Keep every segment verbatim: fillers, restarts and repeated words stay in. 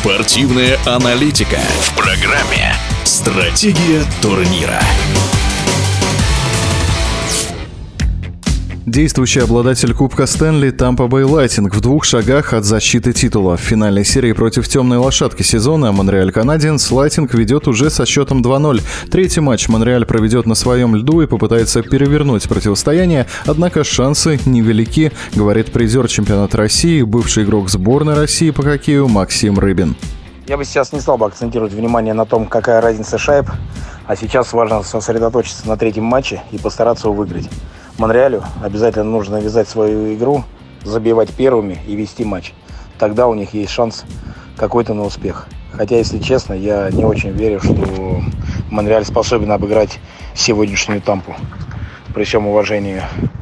Спортивная аналитика в программе «Стратегия турнира». Действующий обладатель Кубка Стэнли Тампа Бэй Лайтинг в двух шагах от защиты титула. В финальной серии против темной лошадки сезона Монреаль Канадиенс Лайтинг ведет уже со счетом два ноль. Третий матч Монреаль проведет на своем льду и попытается перевернуть противостояние, однако шансы невелики, говорит призер чемпионата России, бывший игрок сборной России по хоккею Максим Рыбин. Я бы сейчас не стал бы акцентировать внимание на том, какая разница шайб, а сейчас важно сосредоточиться на третьем матче и постараться его выиграть. Монреалю обязательно нужно навязать свою игру, забивать первыми и вести матч. Тогда у них есть шанс какой-то на успех. Хотя, если честно, я не очень верю, что Монреаль способен обыграть сегодняшнюю Тампу. При всем уважении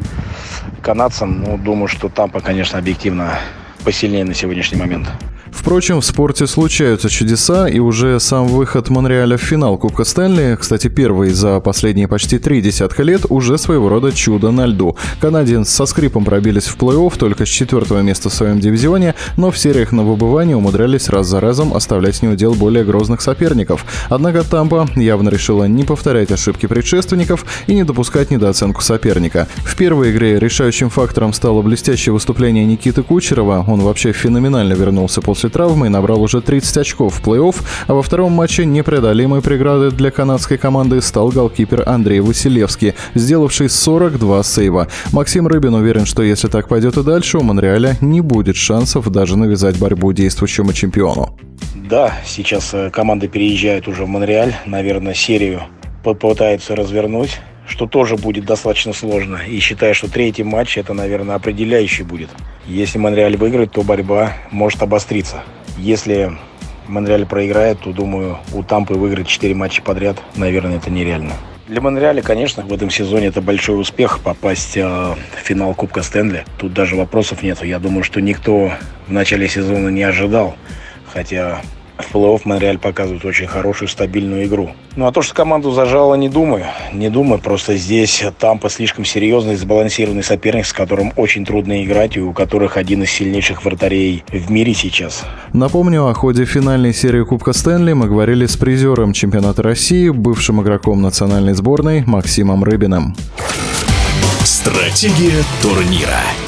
к канадцам, ну, думаю, что Тампа, конечно, объективно посильнее на сегодняшний момент. Впрочем, в спорте случаются чудеса, и уже сам выход Монреаля в финал Кубка Стэнли, кстати, первый за последние почти три десятка лет, уже своего рода чудо на льду. Канадиенс со скрипом пробились в плей-офф только с четвертого места в своем дивизионе, но в сериях на выбывание умудрялись раз за разом оставлять неудел более грозных соперников. Однако Тампа явно решила не повторять ошибки предшественников и не допускать недооценку соперника. В первой игре решающим фактором стало блестящее выступление Никиты Кучерова. Он вообще феноменально вернулся после травмы и набрал уже тридцать очков в плей-офф, а во втором матче непреодолимой преградой для канадской команды стал голкипер Андрей Василевский, сделавший сорок два сейва. Максим Рыбин уверен, что если так пойдет и дальше, у Монреаля не будет шансов даже навязать борьбу действующему чемпиону. Да, сейчас команда переезжает уже в Монреаль, наверное, серию попытается развернуть, что тоже будет достаточно сложно. И считаю, что третий матч это, наверное, определяющий будет. Если Монреаль выиграет, то борьба может обостриться. Если Монреаль проиграет, то, думаю, у Тампы выиграть четыре матча подряд, наверное, это нереально. Для Монреаля, конечно, в этом сезоне это большой успех попасть э, в финал Кубка Стэнли. Тут даже вопросов нет. Я думаю, что никто в начале сезона не ожидал. Хотя в плей-офф Монреаль показывает очень хорошую, стабильную игру. Ну а то, что команду зажало, не думаю. Не думаю, просто здесь Тампа слишком серьезный, сбалансированный соперник, с которым очень трудно играть, и у которых один из сильнейших вратарей в мире сейчас. Напомню, о ходе финальной серии Кубка Стэнли мы говорили с призером чемпионата России, бывшим игроком национальной сборной Максимом Рыбиным. Стратегия турнира.